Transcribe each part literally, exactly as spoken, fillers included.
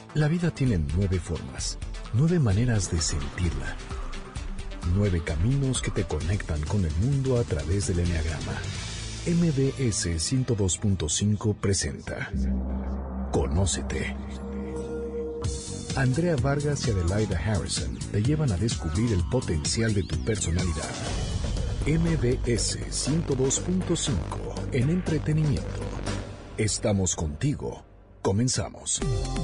La vida tiene nueve formas, nueve maneras de sentirla. Nueve caminos que te conectan con el mundo a través del eneagrama. M B S ciento dos punto cinco presenta Conócete. Andrea Vargas y Adelaida Harrison te llevan a descubrir el potencial de tu personalidad. M B S ciento dos punto cinco en entretenimiento. Estamos contigo. Comenzamos.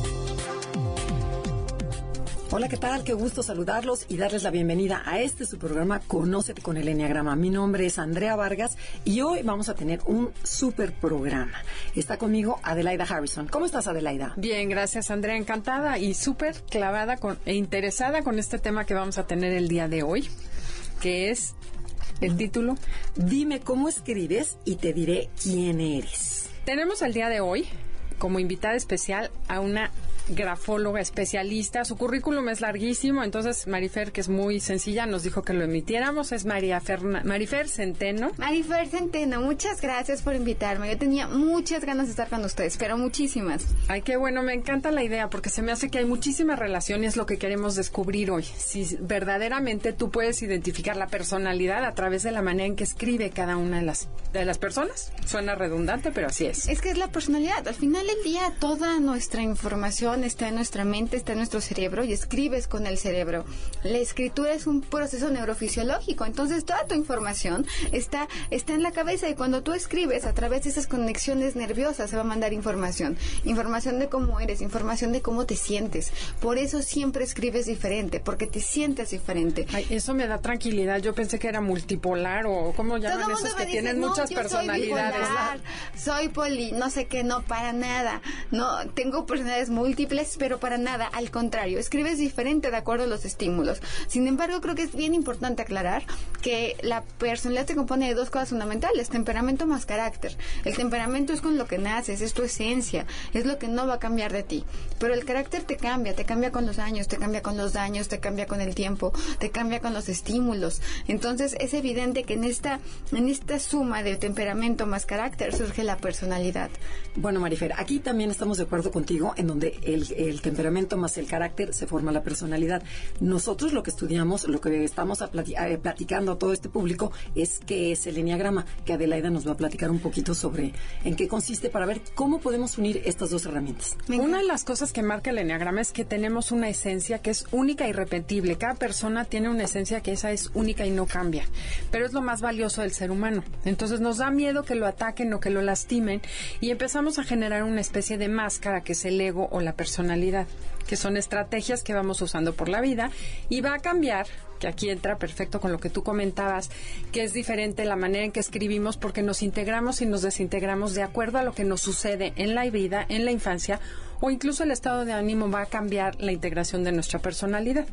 Hola, ¿qué tal? Qué gusto saludarlos y darles la bienvenida a este su programa Conócete con el Eneagrama. Mi nombre es Andrea Vargas y hoy vamos a tener un súper programa. Está conmigo Adelaida Harrison. ¿Cómo estás, Adelaida? Bien, gracias, Andrea. Encantada y súper clavada con, e interesada con este tema que vamos a tener el día de hoy, que es el título. Dime cómo escribes y te diré quién eres. Tenemos el día de hoy como invitada especial a una grafóloga especialista. Su currículum es larguísimo, entonces Marifer, que es muy sencilla, nos dijo que lo emitiéramos. Es María Ferna, Marifer Centeno. Marifer Centeno, muchas gracias por invitarme. Yo tenía muchas ganas de estar con ustedes, pero muchísimas. Ay, qué bueno, me encanta la idea, porque se me hace que hay muchísimas relaciones, es lo que queremos descubrir hoy. Si verdaderamente tú puedes identificar la personalidad a través de la manera en que escribe cada una de las, de las personas. Suena redundante, pero así es. Es que es la personalidad. Al final del día, toda nuestra información está en nuestra mente, está en nuestro cerebro y escribes con el cerebro. La escritura es un proceso neurofisiológico, entonces toda tu información está, está en la cabeza y cuando tú escribes a través de esas conexiones nerviosas se va a mandar información, información de cómo eres, información de cómo te sientes. Por eso siempre escribes diferente, porque te sientes diferente. Ay, eso me da tranquilidad. Yo pensé que era multipolar o cómo llaman esos que dice, tienen no, muchas yo personalidades. Soy bipolar, soy poli, no sé qué, no, para nada. No, tengo personalidades múltiples, pero para nada, al contrario, escribes diferente de acuerdo a los estímulos. Sin embargo, creo que es bien importante aclarar que la personalidad se compone de dos cosas fundamentales, temperamento más carácter. El temperamento es con lo que naces, es tu esencia, es lo que no va a cambiar de ti. Pero el carácter te cambia, te cambia con los años, te cambia con los daños, te cambia con el tiempo, te cambia con los estímulos. Entonces, es evidente que en esta, en esta suma de temperamento más carácter surge la personalidad. Bueno, Marifer, aquí también estamos de acuerdo contigo en donde el, el temperamento más el carácter se forma la personalidad. Nosotros lo que estudiamos, lo que estamos a plati- a, platicando a todo este público es qué es el eneagrama, que Adelaida nos va a platicar un poquito sobre en qué consiste para ver cómo podemos unir estas dos herramientas. Una de las cosas que marca el eneagrama es que tenemos una esencia que es única y irrepetible. Cada persona tiene una esencia que esa es única y no cambia, pero es lo más valioso del ser humano. Entonces nos da miedo que lo ataquen o que lo lastimen y empezamos a generar una especie de máscara que es el ego o la personalidad, que son estrategias que vamos usando por la vida y va a cambiar, que aquí entra perfecto con lo que tú comentabas, que es diferente la manera en que escribimos porque nos integramos y nos desintegramos de acuerdo a lo que nos sucede en la vida, en la infancia, o incluso el estado de ánimo va a cambiar la integración de nuestra personalidad.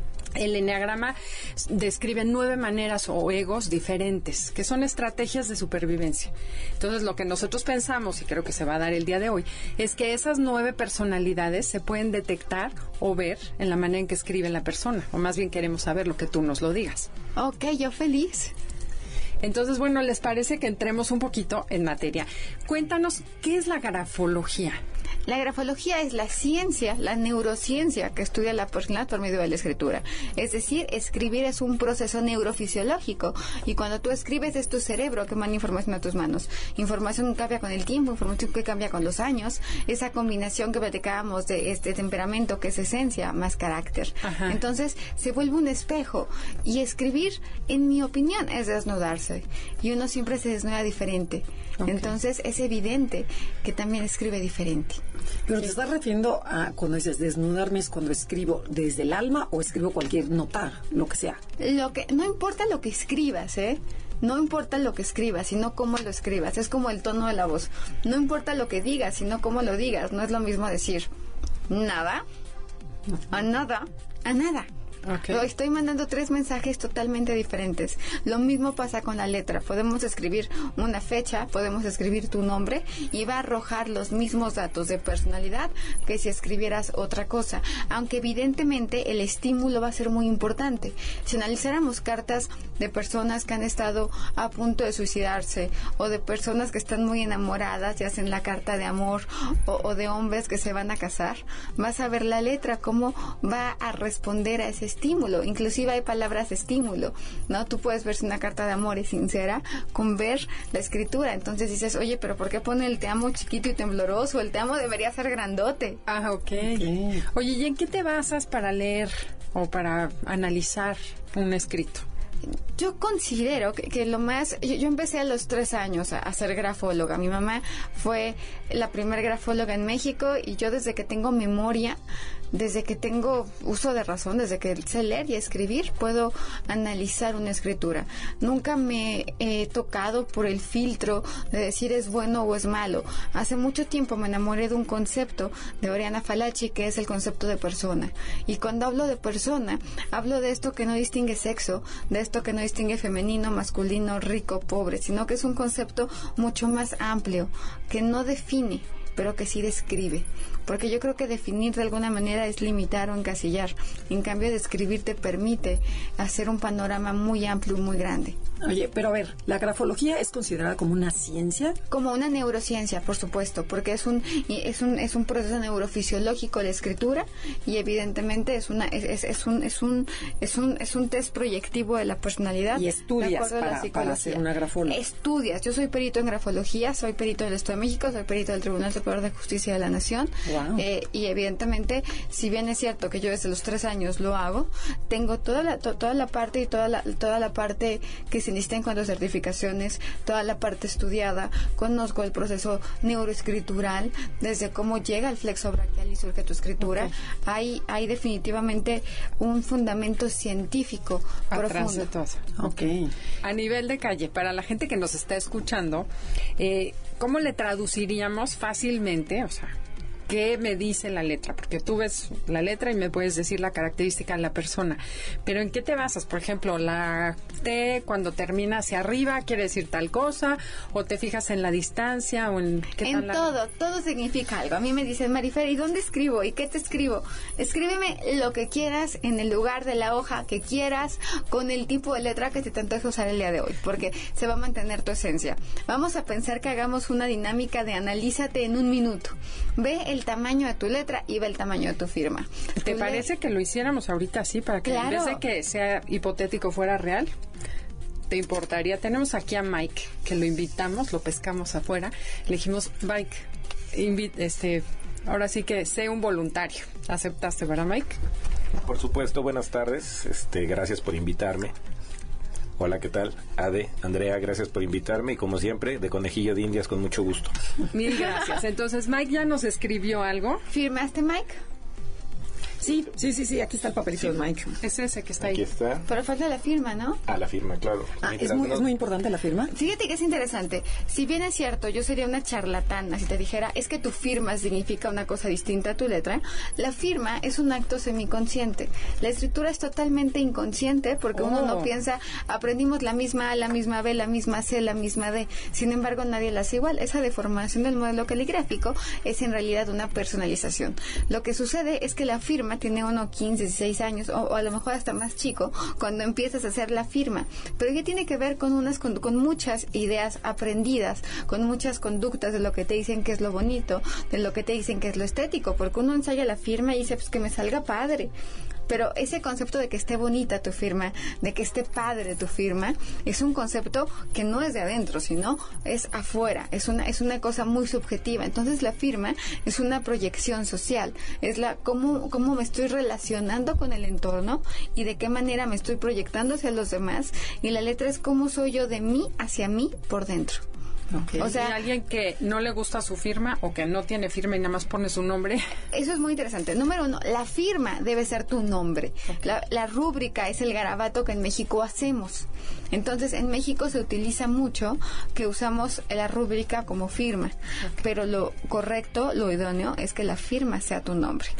El eneagrama describe nueve maneras o egos diferentes, que son estrategias de supervivencia. Entonces, lo que nosotros pensamos, y creo que se va a dar el día de hoy, es que esas nueve personalidades se pueden detectar o ver en la manera en que escribe la persona, o más bien queremos saber lo que tú nos lo digas. Ok, yo feliz. Entonces, bueno, ¿les parece que entremos un poquito en materia? Cuéntanos, ¿qué es la grafología? La grafología es la ciencia, la neurociencia que estudia la personalidad por medio de la escritura. Es decir, escribir es un proceso neurofisiológico y cuando tú escribes es tu cerebro que manda información a tus manos. Información que cambia con el tiempo, información que cambia con los años. Esa combinación que platicábamos de este temperamento que es esencia más carácter. Ajá. Entonces se vuelve un espejo y escribir, en mi opinión, es desnudarse y uno siempre se desnuda diferente. Okay. Entonces es evidente que también escribe diferente. Pero te estás refiriendo a cuando dices desnudarme, es cuando escribo desde el alma o escribo cualquier nota, lo que sea. Lo que no importa lo que escribas, ¿eh? No importa lo que escribas, sino cómo lo escribas. Es como el tono de la voz. No importa lo que digas, sino cómo lo digas. No es lo mismo decir nada a nada a nada. Okay. Estoy mandando tres mensajes totalmente diferentes. Lo mismo pasa con la letra. Podemos escribir una fecha, podemos escribir tu nombre y va a arrojar los mismos datos de personalidad que si escribieras otra cosa. Aunque evidentemente el estímulo va a ser muy importante. Si analizáramos cartas de personas que han estado a punto de suicidarse o de personas que están muy enamoradas y hacen la carta de amor o, o de hombres que se van a casar, vas a ver la letra, cómo va a responder a ese estímulo. Inclusive hay palabras estímulo, ¿no? Tú puedes ver si una carta de amor es sincera con ver la escritura. Entonces dices, oye, pero ¿por qué pone el te amo chiquito y tembloroso? El te amo debería ser grandote. Ah, ok. okay. Oye, ¿y en qué te basas para leer o para analizar un escrito? Yo considero que, que lo más... Yo, yo empecé a los tres años a, a ser grafóloga. Mi mamá fue la primer grafóloga en México y yo desde que tengo memoria, desde que tengo uso de razón, desde que sé leer y escribir, puedo analizar una escritura. Nunca me he tocado por el filtro de decir es bueno o es malo. Hace mucho tiempo me enamoré de un concepto de Oriana Fallaci, que es el concepto de persona. Y cuando hablo de persona, hablo de esto que no distingue sexo, de esto que no distingue femenino, masculino, rico, pobre, sino que es un concepto mucho más amplio, que no define, pero que sí describe. Porque yo creo que definir de alguna manera es limitar o encasillar. En cambio, describir te permite hacer un panorama muy amplio y muy grande. Oye, pero a ver, ¿la grafología es considerada como una ciencia? Como una neurociencia, por supuesto, porque es un es un es un proceso neurofisiológico la escritura y evidentemente es una es, es, es un es un es un es un test proyectivo de la personalidad. Y estudias para, para ser una grafóloga. Estudias. Yo soy perito en grafología, soy perito del Estado de México, soy perito del Tribunal Superior de Justicia de la Nación. Wow. Eh, y evidentemente, si bien es cierto que yo desde los tres años lo hago, tengo toda la to, toda la parte y toda la toda la parte que se necesita en cuanto a certificaciones, toda la parte estudiada, conozco el proceso neuroescritural, desde cómo llega el flexo braquial y surge tu escritura. Okay. Hay hay definitivamente un fundamento científico atrás profundo. De todo. Okay. A nivel de calle, para la gente que nos está escuchando, eh, ¿cómo le traduciríamos fácilmente, o sea, qué me dice la letra? Porque tú ves la letra y me puedes decir la característica de la persona. Pero ¿en qué te basas? Por ejemplo, la T cuando termina hacia arriba quiere decir tal cosa, o te fijas en la distancia, o en qué En tal la... todo, todo significa algo. A mí me dicen, Marifer, ¿y dónde escribo? ¿Y qué te escribo? Escríbeme lo que quieras en el lugar de la hoja que quieras, con el tipo de letra que te antoje usar el día de hoy, porque se va a mantener tu esencia. Vamos a pensar que hagamos una dinámica de analízate en un minuto. Ve el tamaño de tu letra y ve el tamaño de tu firma. ¿Te parece que lo hiciéramos ahorita así para que claro. en vez de que sea hipotético fuera real? ¿Te importaría? Tenemos aquí a Mike, que lo invitamos, lo pescamos afuera. Le dijimos, Mike, invi- este, ahora sí que sé un voluntario. ¿Aceptaste, verdad, Mike? Por supuesto, buenas tardes. Este, gracias por invitarme. Hola, ¿qué tal? Ade, Andrea, gracias por invitarme y como siempre, de conejillo de indias con mucho gusto. Mil gracias. Entonces, Mike ya nos escribió algo. ¿Firmaste, Mike? Sí, sí, sí, sí, aquí está el papelito de Mike. Es ese que está ahí. Aquí está. Pero falta la firma, ¿no? Ah, la firma, claro. Ah, ¿es muy, ¿es muy importante la firma? Fíjate que es interesante. Si bien es cierto, yo sería una charlatana si te dijera, es que tu firma significa una cosa distinta a tu letra, la firma es un acto semiconsciente. La escritura es totalmente inconsciente porque oh. uno no piensa, aprendimos la misma A, la misma B, la misma C, la misma D. Sin embargo, nadie la hace igual. Esa deformación del modelo caligráfico es en realidad una personalización. Lo que sucede es que la firma tiene uno quince, dieciséis años o, o a lo mejor hasta más chico cuando empiezas a hacer la firma, pero ya tiene que ver con unas con, con muchas ideas aprendidas, con muchas conductas de lo que te dicen que es lo bonito, de lo que te dicen que es lo estético, porque uno ensaya la firma y dice pues que me salga padre. Pero ese concepto de que esté bonita tu firma, de que esté padre tu firma, es un concepto que no es de adentro, sino es afuera, es una es una cosa muy subjetiva. Entonces la firma es una proyección social, es la cómo, cómo me estoy relacionando con el entorno y de qué manera me estoy proyectando hacia los demás, y la letra es cómo soy yo de mí hacia mí por dentro. Okay. O sea, ¿y alguien que no le gusta su firma o que no tiene firma y nada más pone su nombre? Eso es muy interesante. Número uno, la firma debe ser tu nombre. Okay. La, la rúbrica es el garabato que en México hacemos. Entonces, en México se utiliza mucho que usamos la rúbrica como firma. Okay. Pero lo correcto, lo idóneo, es que la firma sea tu nombre.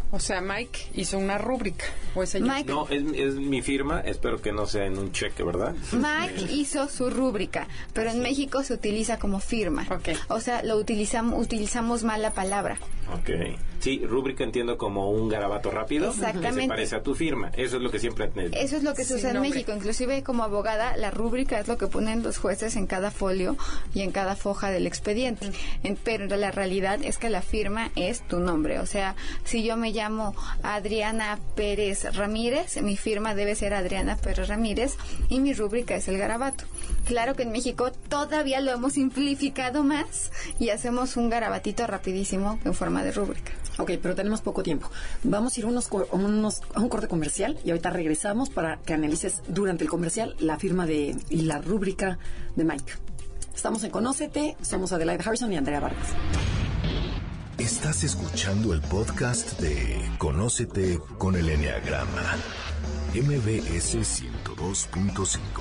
O sea, Mike hizo una rúbrica. ¿O es ella? Mike, No, es, es mi firma, espero que no sea en un cheque, ¿verdad? Mike hizo su rúbrica, pero en México se utiliza como firma. Ok. O sea, lo utilizamos, utilizamos mal la palabra. Ok. Sí, rúbrica entiendo como un garabato rápido. Exactamente. Que se parece a tu firma. Eso es lo que siempre... Eso es lo que se Sin usa en nombre. México. Inclusive como abogada, la rúbrica es lo que ponen los jueces en cada folio y en cada foja del expediente. En- pero la realidad es que la firma es tu nombre. O sea, si yo me llamo Adriana Pérez Ramírez, mi firma debe ser Adriana Pérez Ramírez y mi rúbrica es el garabato. Claro que en México todavía lo hemos simplificado más y hacemos un garabatito rapidísimo en forma de rúbrica. Ok, pero tenemos poco tiempo. Vamos a ir unos, co- unos, a un corte comercial y ahorita regresamos para que analices durante el comercial la firma de y la rúbrica de Mike. Estamos en Conócete, somos Adelaide Harrison y Andrea Vargas. Estás escuchando el podcast de Conócete con el Eneagrama, M B S ciento dos punto cinco.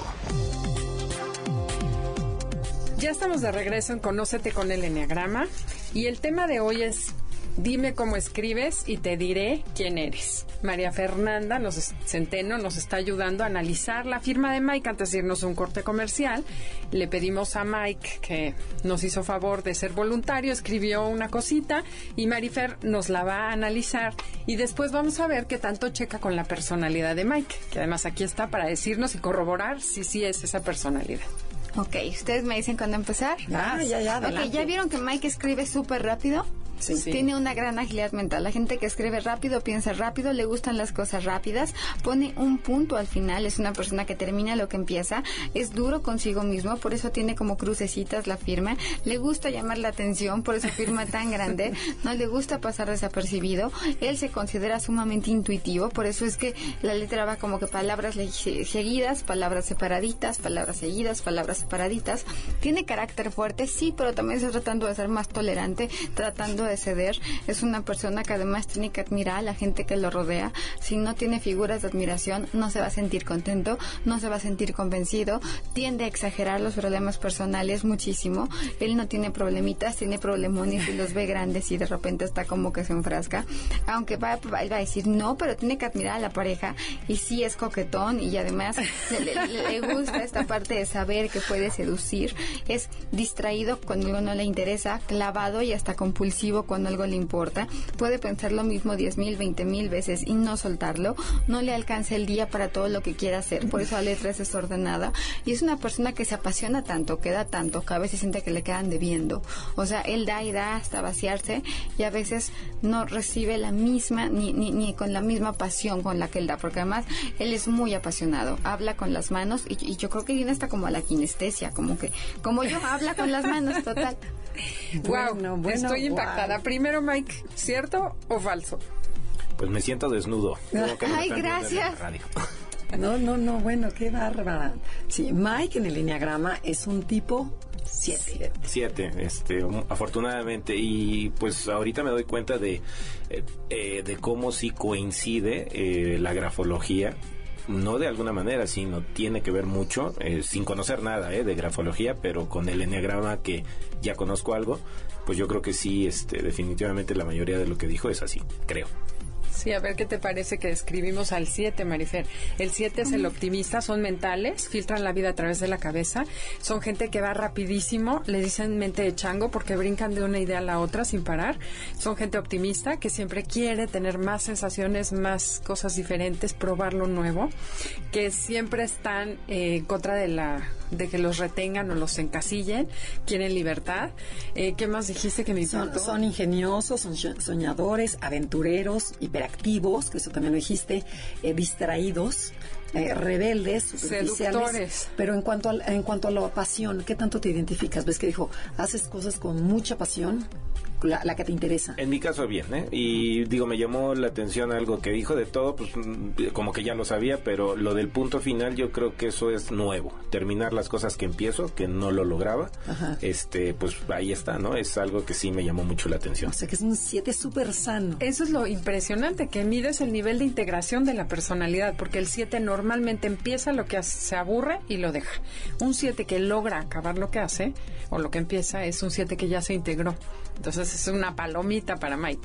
Ya estamos de regreso en Conócete con el Eneagrama y el tema de hoy es dime cómo escribes y te diré quién eres. María Fernanda nos, Centeno nos está ayudando a analizar la firma de Mike antes de irnos a un corte comercial. Le pedimos a Mike que nos hizo favor de ser voluntario, escribió una cosita y Marifer nos la va a analizar y después vamos a ver qué tanto checa con la personalidad de Mike, que además aquí está para decirnos y corroborar si sí es esa personalidad. Ok, ¿ustedes me dicen cuándo empezar? Ya, ya, ya, Ok, adelante. ¿ya vieron que Mike escribe súper rápido? Sí. Sí. Tiene una gran agilidad mental. La gente que escribe rápido, piensa rápido, le gustan las cosas rápidas, pone un punto al final, es una persona que termina lo que empieza, es duro consigo mismo, por eso tiene como crucecitas la firma, le gusta llamar la atención, por eso firma tan grande, no le gusta pasar desapercibido, él se considera sumamente intuitivo, por eso es que la letra va como que palabras le- seguidas, palabras separaditas, palabras seguidas, palabras separaditas, tiene carácter fuerte, sí, pero también está tratando de ser más tolerante, tratando de ceder, es una persona que además tiene que admirar a la gente que lo rodea, si no tiene figuras de admiración no se va a sentir contento, no se va a sentir convencido, tiende a exagerar los problemas personales muchísimo, él no tiene problemitas, tiene problemones y los ve grandes y de repente está como que se enfrasca, aunque va, va a decir no, pero tiene que admirar a la pareja y sí es coquetón y además le, le- le gusta esta parte de saber que puede seducir, es distraído cuando algo no le interesa, clavado y hasta compulsivo cuando algo le importa, puede pensar lo mismo diez mil, veinte mil veces y no soltarlo, no le alcanza el día para todo lo que quiera hacer, por eso la letra es desordenada y es una persona que se apasiona tanto, que da tanto, que a veces siente que le quedan debiendo, o sea, él da y da hasta vaciarse y a veces no recibe la misma, ni, ni, ni con la misma pasión con la que él da, porque además él es muy apasionado, habla con las manos y, y yo creo que viene hasta como a la kinestesia, como que, como yo, habla con las manos, total. Wow, Bueno, bueno, estoy impactada. wow. Primero, Mike, ¿cierto o falso? Pues me siento desnudo. Como que no me Ay, están viendo en la gracias. radio. No, no, no, bueno, qué bárbara. Sí, Mike en el enneagrama es un tipo siete. Siete, este, um, afortunadamente, y pues ahorita me doy cuenta de, eh, eh, de cómo sí coincide eh, la grafología, no de alguna manera, sino tiene que ver mucho, eh, sin conocer nada eh, de grafología, pero con el enneagrama que ya conozco algo, pues yo creo que sí, este, definitivamente la mayoría de lo que dijo es así, creo. Sí, a ver qué te parece que describimos al siete, Marifer. El siete es el optimista, son mentales, filtran la vida a través de la cabeza, son gente que va rapidísimo, le dicen mente de chango porque brincan de una idea a la otra sin parar. Son gente optimista que siempre quiere tener más sensaciones, más cosas diferentes, probar lo nuevo, que siempre están eh, en contra de la de que los retengan o los encasillen, quieren libertad. Eh, ¿Qué más dijiste que me Son, impactó? son ingeniosos, son so- soñadores, aventureros, hiperactivos, que eso también lo dijiste, eh, distraídos, eh, rebeldes, superficiales. Seductores. Pero en cuanto, a, en cuanto a la pasión, ¿qué tanto te identificas? ¿Ves que dijo, haces cosas con mucha pasión? La, la que te interesa. En mi caso bien, ¿eh? Y digo, me llamó la atención algo que dijo de todo, pues mm, como que ya lo sabía, pero lo del punto final yo creo que eso es nuevo. Terminar las cosas que empiezo, que no lo lograba, Ajá. este, pues ahí está, ¿no? Es algo que sí me llamó mucho la atención. O sea, que es un siete súper sano. Eso es lo impresionante, que mides el nivel de integración de la personalidad, porque el siete normalmente empieza lo que hace, se aburre y lo deja. Un siete que logra acabar lo que hace, o lo que empieza, es un siete que ya se integró. Entonces es una palomita para Mike.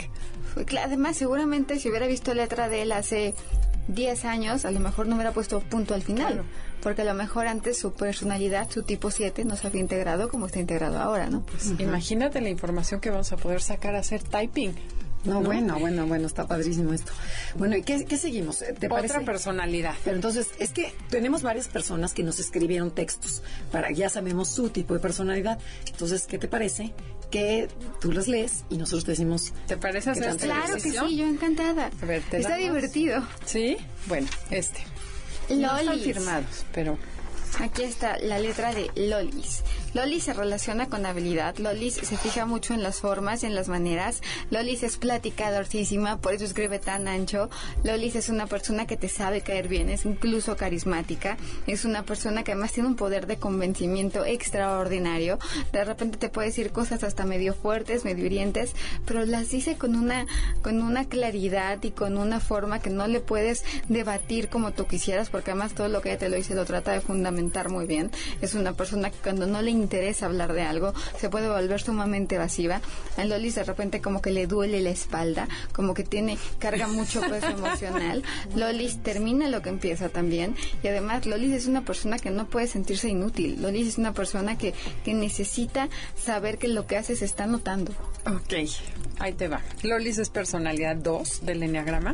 Además, seguramente si hubiera visto letra de él hace diez años, a lo mejor no hubiera puesto punto al final. Claro. Porque a lo mejor antes su personalidad, su tipo siete, no se había integrado como está integrado ahora, ¿no? Pues uh-huh. Imagínate la información que vamos a poder sacar a hacer typing. No, no, bueno, bueno, bueno, está padrísimo esto. Bueno, ¿y qué, qué seguimos? ¿Te parece? Otra personalidad. Pero entonces, es que tenemos varias personas que nos escribieron textos, para ya sabemos su tipo de personalidad. Entonces, ¿qué te parece? Que tú las lees y nosotros te decimos... ¿Te parece hacer este Claro que sí, yo encantada. A ver, ¿te Está damos? divertido. ¿Sí? Bueno, este. Lolis. No están firmados, pero... Aquí está la letra de Lolis. Lolis se relaciona con habilidad. Lolis se fija mucho en las formas y en las maneras. Lolis es platicadorcísima, por eso escribe tan ancho. Lolis es una persona que te sabe caer bien, es incluso carismática. Es una persona que además tiene un poder de convencimiento extraordinario. De repente te puede decir cosas hasta medio fuertes, medio hirientes, pero las dice con una, con una claridad y con una forma que no le puedes debatir como tú quisieras, porque además todo lo que ella te lo dice lo trata de fundamentar muy bien. Es una persona que cuando no le interesa hablar de algo se puede volver sumamente evasiva. A Lolis de repente como que le duele la espalda, como que tiene, carga mucho peso emocional. Lolis termina lo que empieza también, y además Lolis es una persona que no puede sentirse inútil. Lolis es una persona que, que necesita saber que lo que hace se está notando. Ok, ahí te va. Lolis es personalidad dos del enneagrama.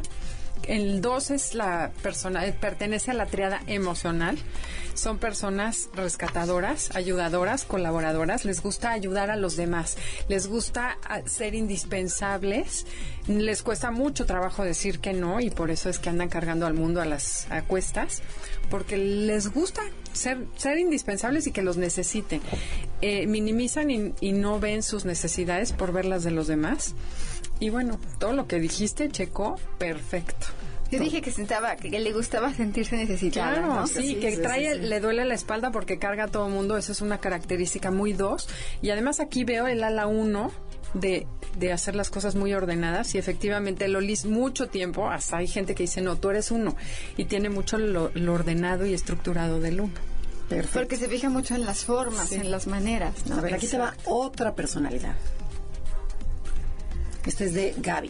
El dos es la persona, pertenece a la triada emocional. Son personas rescatadoras, ayudadoras, colaboradoras. Les gusta ayudar a los demás. Les gusta ser indispensables. Les cuesta mucho trabajo decir que no, y por eso es que andan cargando al mundo a las a cuestas, porque les gusta ser, ser indispensables y que los necesiten. Eh, minimizan y, y no ven sus necesidades por ver las de los demás. Y bueno, todo lo que dijiste, Checo, perfecto. Yo dije que sentaba, que, que le gustaba sentirse necesitada. Claro, ¿no? sí, sí, que sí, trae, sí, sí. le duele la espalda porque carga a todo mundo. Esa es una característica muy dos. Y además aquí veo el ala uno de, de hacer las cosas muy ordenadas. Y efectivamente Lolis mucho tiempo, hasta hay gente que dice, no, tú eres uno. Y tiene mucho lo, lo ordenado y estructurado del uno. Perfecto. Porque se fija mucho en las formas, sí. en las maneras, ¿no? A ver, aquí te va otra personalidad. Este es de Gaby.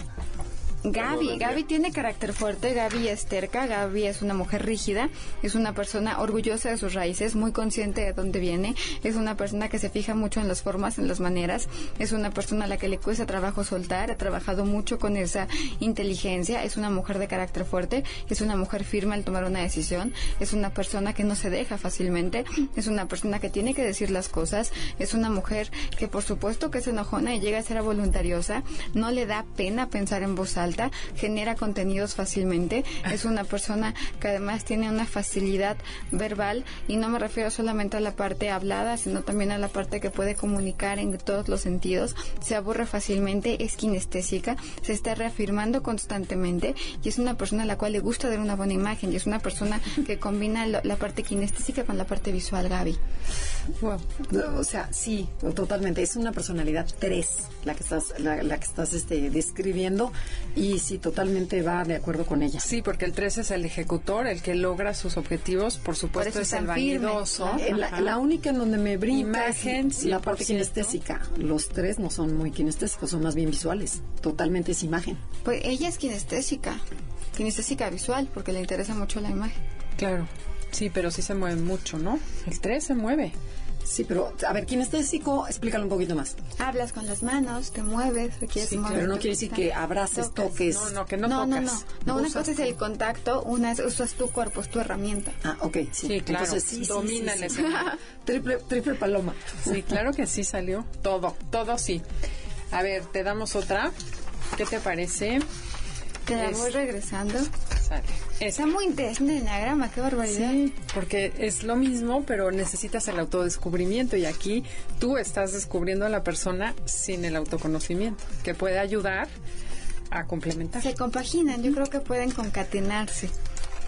Gaby, Gaby tiene carácter fuerte, Gaby es terca, Gaby es una mujer rígida, es una persona orgullosa de sus raíces, muy consciente de dónde viene, es una persona que se fija mucho en las formas, en las maneras, es una persona a la que le cuesta trabajo soltar, ha trabajado mucho con esa inteligencia, es una mujer de carácter fuerte, es una mujer firme al tomar una decisión, es una persona que no se deja fácilmente, es una persona que tiene que decir las cosas, es una mujer que por supuesto que es enojona y llega a ser voluntariosa, no le da pena pensar en voz alta, genera contenidos fácilmente, es una persona que además tiene una facilidad verbal, y no me refiero solamente a la parte hablada, sino también a la parte que puede comunicar en todos los sentidos, se aburre fácilmente, es kinestésica, se está reafirmando constantemente, y es una persona a la cual le gusta dar una buena imagen, y es una persona que combina lo, la parte kinestésica con la parte visual. Gaby. Wow. O sea, sí, totalmente, es una personalidad tres la que estás, la, la que estás este, describiendo. Y sí, totalmente va de acuerdo con ella. Sí, porque el tres es el ejecutor, el que logra sus objetivos, por supuesto por es el vanidoso. Firme, la, la única en donde me brinca imagen, es la parte kinestésica. Los tres no son muy kinestésicos, son más bien visuales. Totalmente es imagen. Pues ella es kinestésica, kinestésica visual, porque le interesa mucho la imagen. Claro, sí, pero sí se mueve mucho, ¿no? El tres se mueve. Sí, pero, a ver, kinestésico, explícalo un poquito más. Hablas con las manos, te mueves, requieres sí, mover. Pero no quiere decir que abraces, tocas. toques. No, no, que no, no tocas. No, no, no. Una cosa es el contacto, una es usas tu cuerpo, es tu herramienta. Ah, ok, sí. Sí, claro. Entonces, sí, domina sí, el sí, escenario. Sí. triple, triple paloma. Sí, claro que sí salió. Todo, todo sí. A ver, te damos otra. ¿Qué te parece? Te la es... voy regresando. Sale. Está muy interesante el enneagrama, qué barbaridad. Sí, porque es lo mismo, pero necesitas el autodescubrimiento, y aquí tú estás descubriendo a la persona sin el autoconocimiento, que puede ayudar a complementar. Se compaginan, yo creo que pueden concatenarse.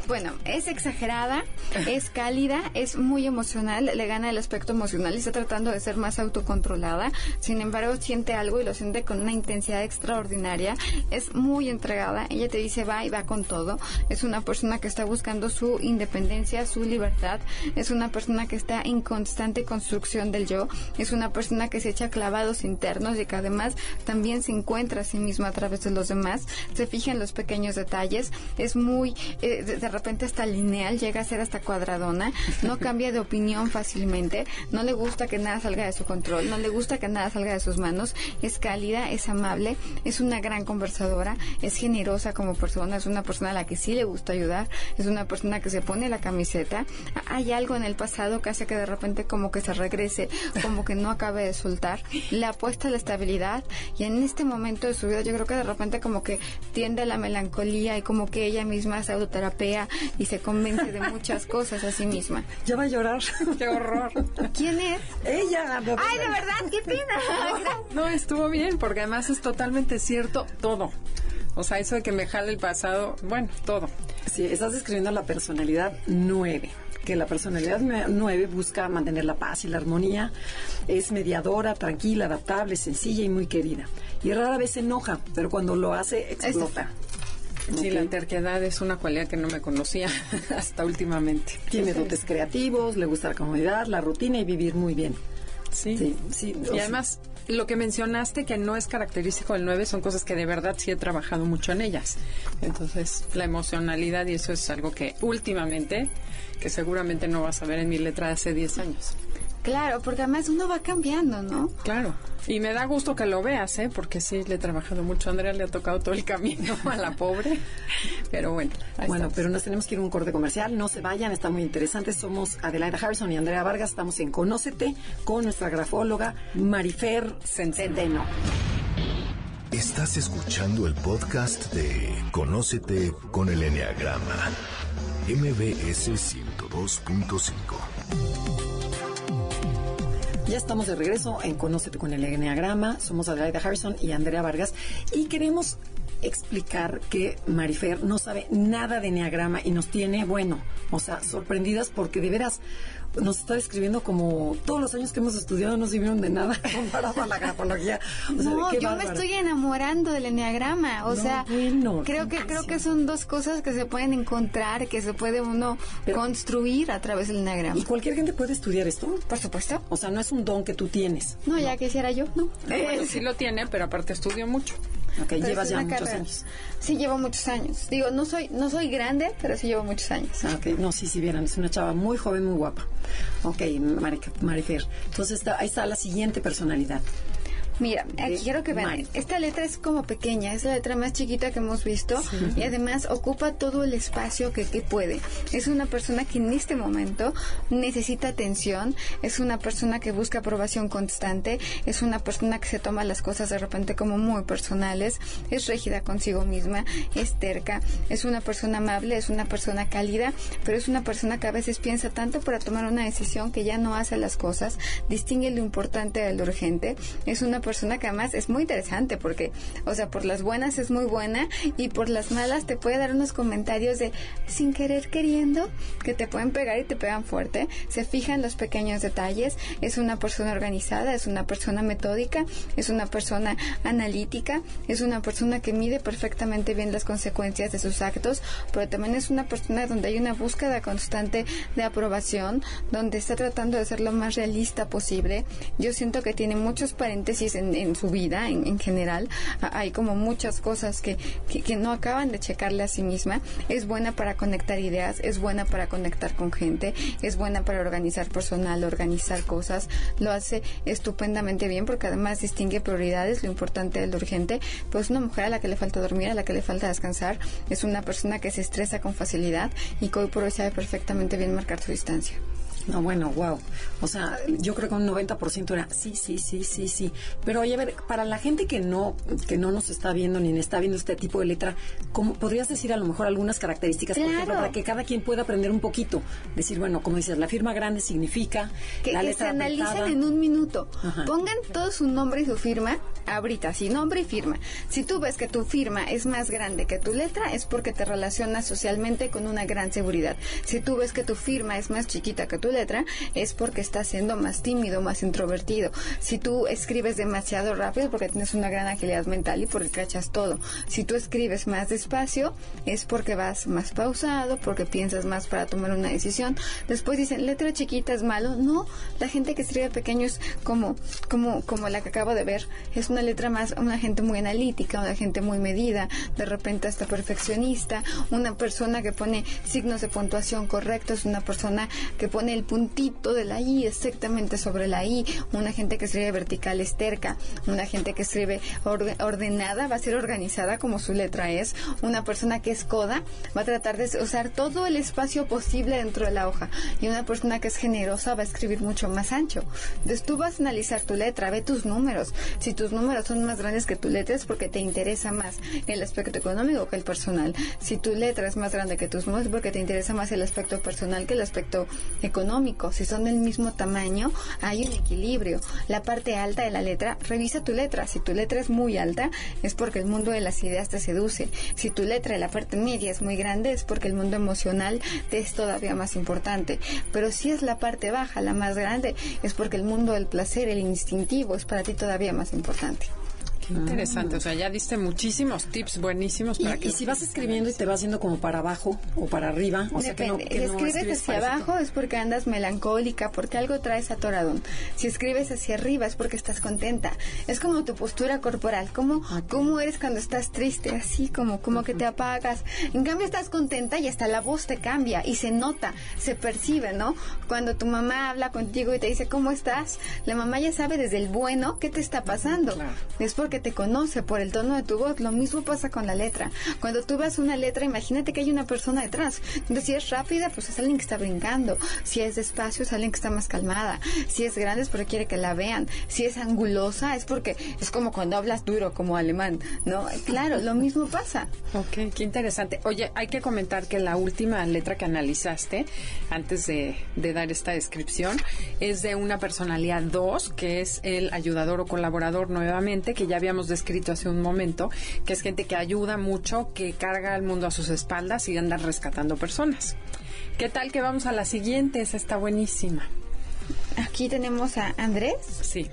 Bueno, es exagerada, es cálida, es muy emocional, le gana el aspecto emocional y está tratando de ser más autocontrolada. Sin embargo, siente algo y lo siente con una intensidad extraordinaria. Es muy entregada. Ella te dice va y va con todo. Es una persona que está buscando su independencia, su libertad. Es una persona que está en constante construcción del yo. Es una persona que se echa clavados internos y que además también se encuentra a sí misma a través de los demás. Se fija en los pequeños detalles. Es muy, eh, de, de repente hasta lineal, llega a ser hasta cuadradona. No cambia de opinión fácilmente. No le gusta que nada salga de su control. No le gusta que nada salga de sus manos. Es cálida, es amable, es una gran conversadora, es generosa como persona, es una persona a la que sí le gusta ayudar, es una persona que se pone la camiseta. Hay algo en el pasado que hace que de repente como que se regrese, como que no acabe de soltar. Le apuesta a la estabilidad y en este momento de su vida yo creo que de repente como que tiende a la melancolía y como que ella misma se autoterapea y se convence de muchas cosas a sí misma. Ya va a llorar. ¡Qué horror! ¿Quién es? Ella. ¡Ay, de verdad! ¡Qué pena! No, estuvo bien, porque además es totalmente cierto todo. O sea, eso de que me jale el pasado, bueno, todo. Sí, estás describiendo la personalidad nueve. Que la personalidad nueve busca mantener la paz y la armonía, es mediadora, tranquila, adaptable, sencilla y muy querida. Y rara vez se enoja, pero cuando lo hace, explota. Sí, Okay. La terquedad es una cualidad que no me conocía hasta últimamente. Tiene Okay. dotes creativos, le gusta la comodidad, la rutina y vivir muy bien. Sí, Sí, sí. o Y sea, además, lo que mencionaste que no es característico del nueve son cosas que de verdad sí he trabajado mucho en ellas. Entonces, la emocionalidad y eso es algo que últimamente, que seguramente no vas a ver en mi letra de hace diez años. Claro, porque además uno va cambiando, ¿no? Claro. Y me da gusto que lo veas, ¿eh? Porque sí, le he trabajado mucho. A Andrea le ha tocado todo el camino a la pobre. Pero bueno. Bueno, estamos. pero nos tenemos que ir a un corte comercial. No se vayan, está muy interesante. Somos Adelaida Harrison y Andrea Vargas. Estamos en Conócete con nuestra grafóloga Marifer Centeno. Estás escuchando el podcast de Conócete con el Eneagrama. M B S ciento dos punto cinco. Ya estamos de regreso en Conócete con el Eneagrama. Somos Adelaida Harrison y Andrea Vargas. Y queremos explicar que Marifer no sabe nada de Eneagrama y nos tiene, bueno, o sea, sorprendidas porque de veras nos está describiendo como todos los años que hemos estudiado no sirvieron de nada comparado a la grafología. O sea, No, qué yo bárbaro. me estoy enamorando del eneagrama, o No, sea, bueno, creo qué que creo que impresión. son dos cosas que se pueden encontrar, que se puede uno Pero- construir a través del eneagrama. ¿Y cualquier gente puede estudiar esto? Por supuesto. O sea, no es un don que tú tienes. No, ya quisiera yo, ¿no? Bueno, sí lo tiene, pero aparte estudio mucho. Ok, Pero llevas es ya una muchos carrera. años. Sí, llevo muchos años. Digo, no soy no soy grande, pero sí llevo muchos años. Ah, ok, no, sí, sí, vieran, es una chava muy joven, muy guapa. Ok, Mari- Marifer. Entonces, está, ahí está la siguiente personalidad. Mira, aquí De quiero que vean, Mari. esta letra es como pequeña, es la letra más chiquita que hemos visto y además ocupa todo el espacio que, que puede. Es una persona que en este momento necesita atención, es una persona que busca aprobación constante, es una persona que se toma las cosas de repente como muy personales, es rígida consigo misma, es terca, es una persona amable, es una persona cálida, pero es una persona que a veces piensa tanto para tomar una decisión que ya no hace las cosas, distingue lo importante de lo urgente, es una persona que además es muy interesante porque, o sea, por las buenas es muy buena y por las malas te puede dar unos comentarios de sin querer queriendo que te pueden pegar y te pegan fuerte. Se fija en los pequeños detalles, es una persona organizada, es una persona metódica, es una persona analítica, es una persona que mide perfectamente bien las consecuencias de sus actos, pero también es una persona donde hay una búsqueda constante de aprobación, donde está tratando de ser lo más realista posible. Yo siento que tiene muchos paréntesis en, en su vida, en, en general. A- hay como muchas cosas que, que, que no acaban de checarle a sí misma. Es buena para conectar ideas, es buena para conectar con gente, es buena para organizar personal, organizar cosas. Lo hace estupendamente bien porque además distingue prioridades, lo importante de lo urgente. Pues es una mujer a la que le falta dormir, a la que le falta descansar. Es una persona que se estresa con facilidad y que hoy por hoy sabe perfectamente bien marcar su distancia. No, bueno, wow. O sea, yo creo que un noventa por ciento era sí, sí, sí, sí, sí. Pero oye, a ver, para la gente que no que no nos está viendo ni está viendo este tipo de letra, ¿cómo podrías decir a lo mejor algunas características, claro, por ejemplo, para que cada quien pueda aprender un poquito? Decir, bueno, como dices, la firma grande significa que, la que letra se analicen apretada. en un minuto. Ajá. Pongan todo su nombre y su firma ahorita, sí, nombre y firma. Si tú ves que tu firma es más grande que tu letra, es porque te relacionas socialmente con una gran seguridad. Si tú ves que tu firma es más chiquita que tu letra, es porque estás siendo más tímido, más introvertido. Si tú escribes demasiado rápido, porque tienes una gran agilidad mental y porque cachas todo. Si tú escribes más despacio, es porque vas más pausado, porque piensas más para tomar una decisión. Después dicen, letra chiquita es malo. No, la gente que escribe pequeño es como, como, como la que acabo de ver. Es una letra más, una gente muy analítica, una gente muy medida, de repente hasta perfeccionista. Una persona que pone signos de puntuación correctos, una persona que pone el puntito de la I exactamente sobre la I, una gente que escribe vertical es terca, una gente que escribe orde, ordenada va a ser organizada como su letra es, una persona que es coda va a tratar de usar todo el espacio posible dentro de la hoja, y una persona que es generosa va a escribir mucho más ancho. Entonces tú vas a analizar tu letra, ve tus números. Si tus números son más grandes que tu letra es porque te interesa más el aspecto económico que el personal. Si tu letra es más grande que tus números es porque te interesa más el aspecto personal que el aspecto económico. Si son del mismo tamaño, hay un equilibrio. La parte alta de la letra, revisa tu letra. Si tu letra es muy alta, es porque el mundo de las ideas te seduce. Si tu letra de la parte media es muy grande, es porque el mundo emocional te es todavía más importante. Pero si es la parte baja, la más grande, es porque el mundo del placer, el instintivo, es para ti todavía más importante. Qué interesante, o sea, ya diste muchísimos tips buenísimos para y, que... y si vas escribiendo y te vas yendo como para abajo o para arriba, o sea, que no, Depende. que Si no escribes escribes hacia parecido. abajo es porque andas melancólica, porque algo traes atoradón. Si escribes hacia arriba es porque estás contenta. Es como tu postura corporal, como Okay. cómo eres cuando estás triste, así como como uh-huh. que te apagas. En cambio estás contenta y hasta la voz te cambia y se nota, se percibe, ¿no? Cuando tu mamá habla contigo y te dice ¿cómo estás? La mamá ya sabe desde el bueno qué te está pasando. Claro. Es porque te conoce por el tono de tu voz. Lo mismo pasa con la letra. Cuando tú ves una letra, imagínate que hay una persona detrás. Entonces, si es rápida, pues es alguien que está brincando. Si es despacio, es alguien que está más calmada. Si es grande, es porque quiere que la vean. Si es angulosa, es porque es como cuando hablas duro, como alemán, ¿no? Claro, lo mismo pasa. Ok, qué interesante. Oye, hay que comentar que la última letra que analizaste, antes de, de dar esta descripción, es de una personalidad dos, que es el ayudador o colaborador nuevamente, que ya habíamos descrito hace un momento, que es gente que ayuda mucho, que carga al mundo a sus espaldas y anda rescatando personas. ¿Qué tal que vamos a la siguiente? Esa está buenísima. Aquí tenemos a Andrés. Sí.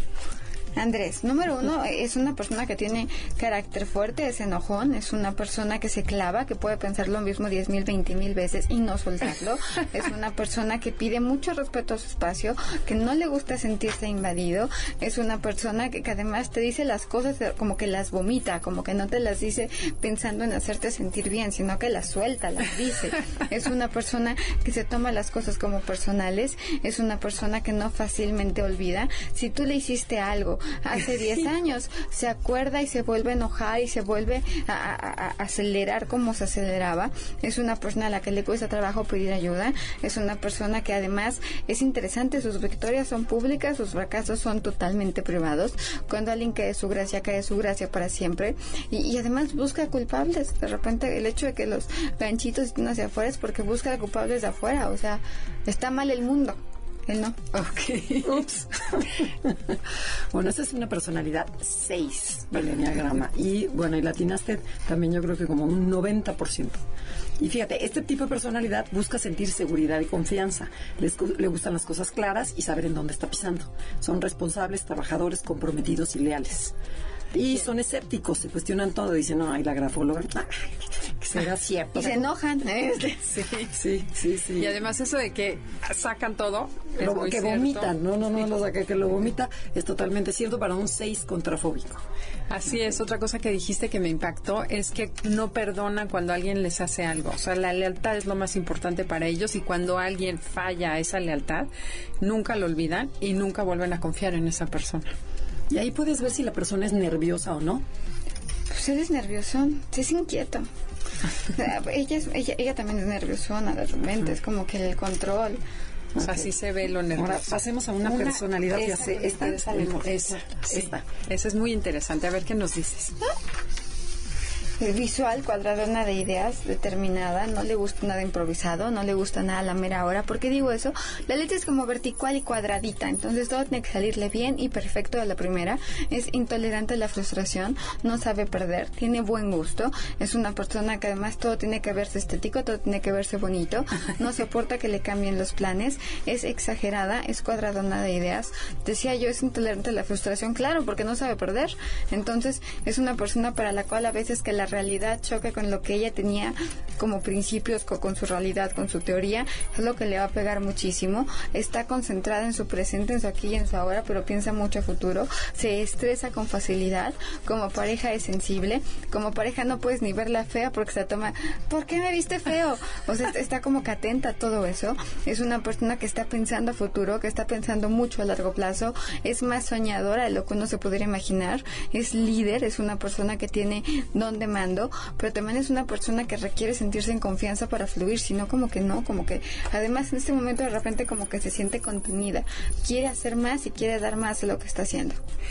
Andrés, número uno, es una persona que tiene carácter fuerte, es enojón, es una persona que se clava, que puede pensar lo mismo diez mil, veinte mil veces y no soltarlo. Es una persona que pide mucho respeto a su espacio, que no le gusta sentirse invadido. Es una persona que, que además te dice las cosas como que las vomita, como que no te las dice pensando en hacerte sentir bien, sino que las suelta, las dice. Es una persona que se toma las cosas como personales, es una persona que no fácilmente olvida. Si tú le hiciste algo hace diez años, se acuerda y se vuelve a enojar y se vuelve a, a, a acelerar como se aceleraba. Es una persona a la que le cuesta trabajo pedir ayuda. Es una persona que además es interesante, sus victorias son públicas, sus fracasos son totalmente privados. Cuando alguien cae de su gracia, cae de su gracia para siempre. Y, y además busca culpables. De repente el hecho de que los ganchitos estén hacia afuera es porque busca culpables de afuera. O sea, está mal el mundo. Él no. Ok. Ups. Bueno, esta es una personalidad seis del enneagrama. Y bueno, y la atinaste también yo creo que como un noventa por ciento. Y fíjate, este tipo de personalidad busca sentir seguridad y confianza. Les, le gustan las cosas claras y saber en dónde está pisando. Son responsables, trabajadores, comprometidos y leales. Y son escépticos, se cuestionan todo, dicen, no, ay, la grafóloga, ay, que será cierto. Y se enojan. ¿eh? Sí, sí, sí, sí. Y además eso de que sacan todo, es lo, muy que cierto. vomitan, no, no, no, lo saca, que lo vomita, es totalmente cierto para un seis contrafóbico. Así es, otra cosa que dijiste que me impactó es que no perdonan cuando alguien les hace algo. O sea, la lealtad es lo más importante para ellos y cuando alguien falla esa lealtad, nunca lo olvidan y nunca vuelven a confiar en esa persona. Y ahí puedes ver si la persona es nerviosa o no. Pues eres nervioso, es inquieto. ella, es, ella, ella también es nerviosona de repente, es como que el control. O sea, así se ve lo nervioso. Ahora pasemos a una, una personalidad. Esta, ya sé, esta, esta, esa, sí, esta. Esa es muy interesante. A ver qué nos dices. Visual, cuadradona de ideas, determinada, no le gusta nada improvisado, no le gusta nada a la mera hora. ¿Por qué digo eso? La letra es como vertical y cuadradita, entonces todo tiene que salirle bien y perfecto de la primera. Es intolerante a la frustración, no sabe perder, tiene buen gusto, es una persona que además todo tiene que verse estético, todo tiene que verse bonito, no soporta que le cambien los planes, es exagerada, es cuadradona de ideas. Decía yo, es intolerante a la frustración, claro, porque no sabe perder. Entonces es una persona para la cual a veces que la realidad choca con lo que ella tenía como principios, con, con su realidad, con su teoría, es lo que le va a pegar muchísimo. Está concentrada en su presente, en su aquí y en su ahora, pero piensa mucho a futuro. Se estresa con facilidad. Como pareja es sensible. Como pareja no puedes ni verla fea porque se toma, ¿por qué me viste feo? O sea, está como que atenta a todo eso. Es una persona que está pensando a futuro, que está pensando mucho a largo plazo. Es más soñadora de lo que uno se pudiera imaginar. Es líder, es una persona que tiene donde mando, pero también es una persona que requiere sentirse en confianza para fluir, sino como que no, como que además en este momento de repente como que se siente contenida, quiere hacer más y quiere dar más de lo que está haciendo.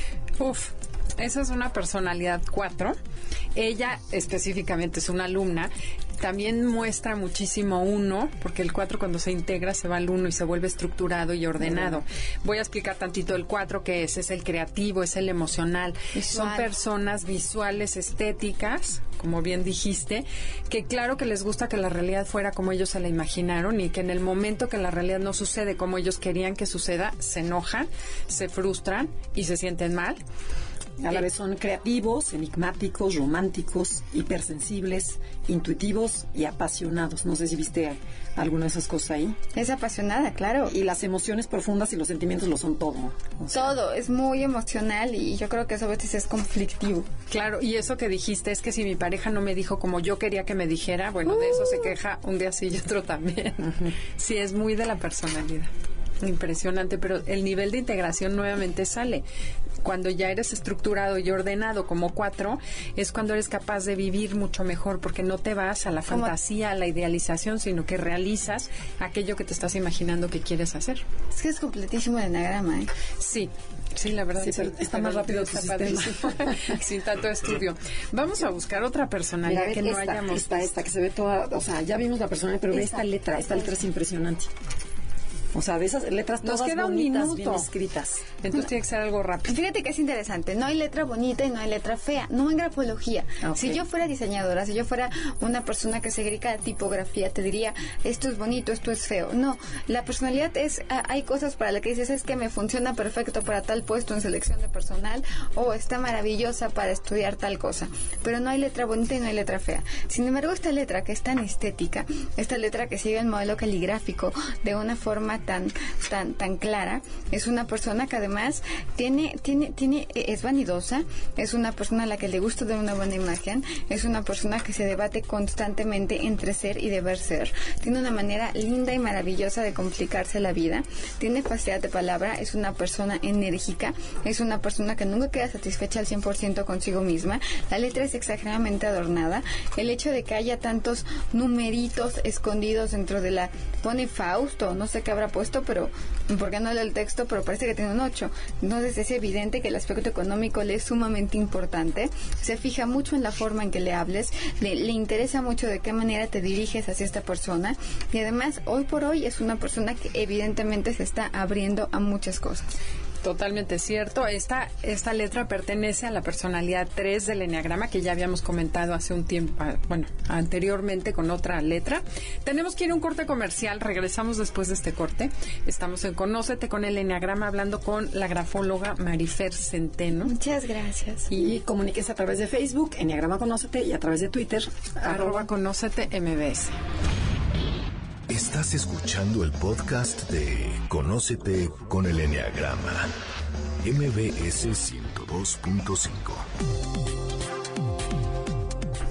Uf, esa es una personalidad cuatro. Ella específicamente es una alumna. También muestra muchísimo uno, porque el cuatro cuando se integra se va al uno y se vuelve estructurado y ordenado. Uh-huh. Voy a explicar tantito el cuatro que es, es el creativo, es el emocional. Visual. Son personas visuales, estéticas, como bien dijiste, que claro que les gusta que la realidad fuera como ellos se la imaginaron y que en el momento que la realidad no sucede como ellos querían que suceda, se enojan, se frustran y se sienten mal. A la vez son creativos, enigmáticos, románticos, hipersensibles, intuitivos y apasionados. No sé si viste alguna de esas cosas ahí. Es apasionada, claro. Y las emociones profundas y los sentimientos lo son todo. O sea, todo, es muy emocional y yo creo que eso a veces es conflictivo. Claro, y eso que dijiste es que si mi pareja no me dijo como yo quería que me dijera, bueno, uh. de eso se queja un día sí y otro también. Uh-huh. Sí, es muy de la personalidad. Impresionante, pero el nivel de integración nuevamente sale. Cuando ya eres estructurado y ordenado como cuatro, es cuando eres capaz de vivir mucho mejor, porque no te vas a la fantasía, a la idealización, sino que realizas aquello que te estás imaginando que quieres hacer. Es que es completísimo el enagrama, ¿eh? Sí. Sí, la verdad. Sí, sí, está pero más rápido tu sistema. Sin tanto estudio. Vamos a buscar otra personalidad que no esta, hayamos... Esta, esta, que se ve toda... O sea, ya vimos la personalidad, pero esta, ve esta letra. Esta letra es impresionante. O sea, de esas letras todas Nos queda bonitas, un minuto. bien escritas. Entonces tiene que ser algo rápido. Fíjate que es interesante. No hay letra bonita y no hay letra fea. No en grafología. Okay. Si yo fuera diseñadora, si yo fuera una persona que se dedica a tipografía, te diría, esto es bonito, esto es feo. No, la personalidad es, hay cosas para las que dices, es que me funciona perfecto para tal puesto en selección de personal o está maravillosa para estudiar tal cosa. Pero no hay letra bonita y no hay letra fea. Sin embargo, esta letra que es tan estética, esta letra que sigue el modelo caligráfico de una forma tan tan tan clara, es una persona que además tiene tiene tiene es vanidosa, es una persona a la que le gusta dar una buena imagen, es una persona que se debate constantemente entre ser y deber ser, tiene una manera linda y maravillosa de complicarse la vida, tiene facilidad de palabra, es una persona enérgica, es una persona que nunca queda satisfecha al cien por ciento consigo misma, la letra es exageradamente adornada, el hecho de que haya tantos numeritos escondidos dentro de la, pone Fausto, no sé qué habrá puesto, pero porque no leo el texto, pero parece que tiene un ocho. Entonces es evidente que el aspecto económico le es sumamente importante. Se fija mucho en la forma en que le hables, le, le interesa mucho de qué manera te diriges hacia esta persona y además hoy por hoy es una persona que evidentemente se está abriendo a muchas cosas. Totalmente cierto. Esta, esta letra pertenece a la personalidad tres del eneagrama que ya habíamos comentado hace un tiempo, bueno, anteriormente con otra letra. Tenemos que ir a un corte comercial. Regresamos después de este corte. Estamos en Conócete con el eneagrama hablando con la grafóloga Marifer Centeno. Muchas gracias. Y comuníquese a través de Facebook, Eneagrama Conócete, y a través de Twitter, arroba Conócete M B S. Estás escuchando el podcast de Conócete con el Eneagrama, M B S ciento dos punto cinco.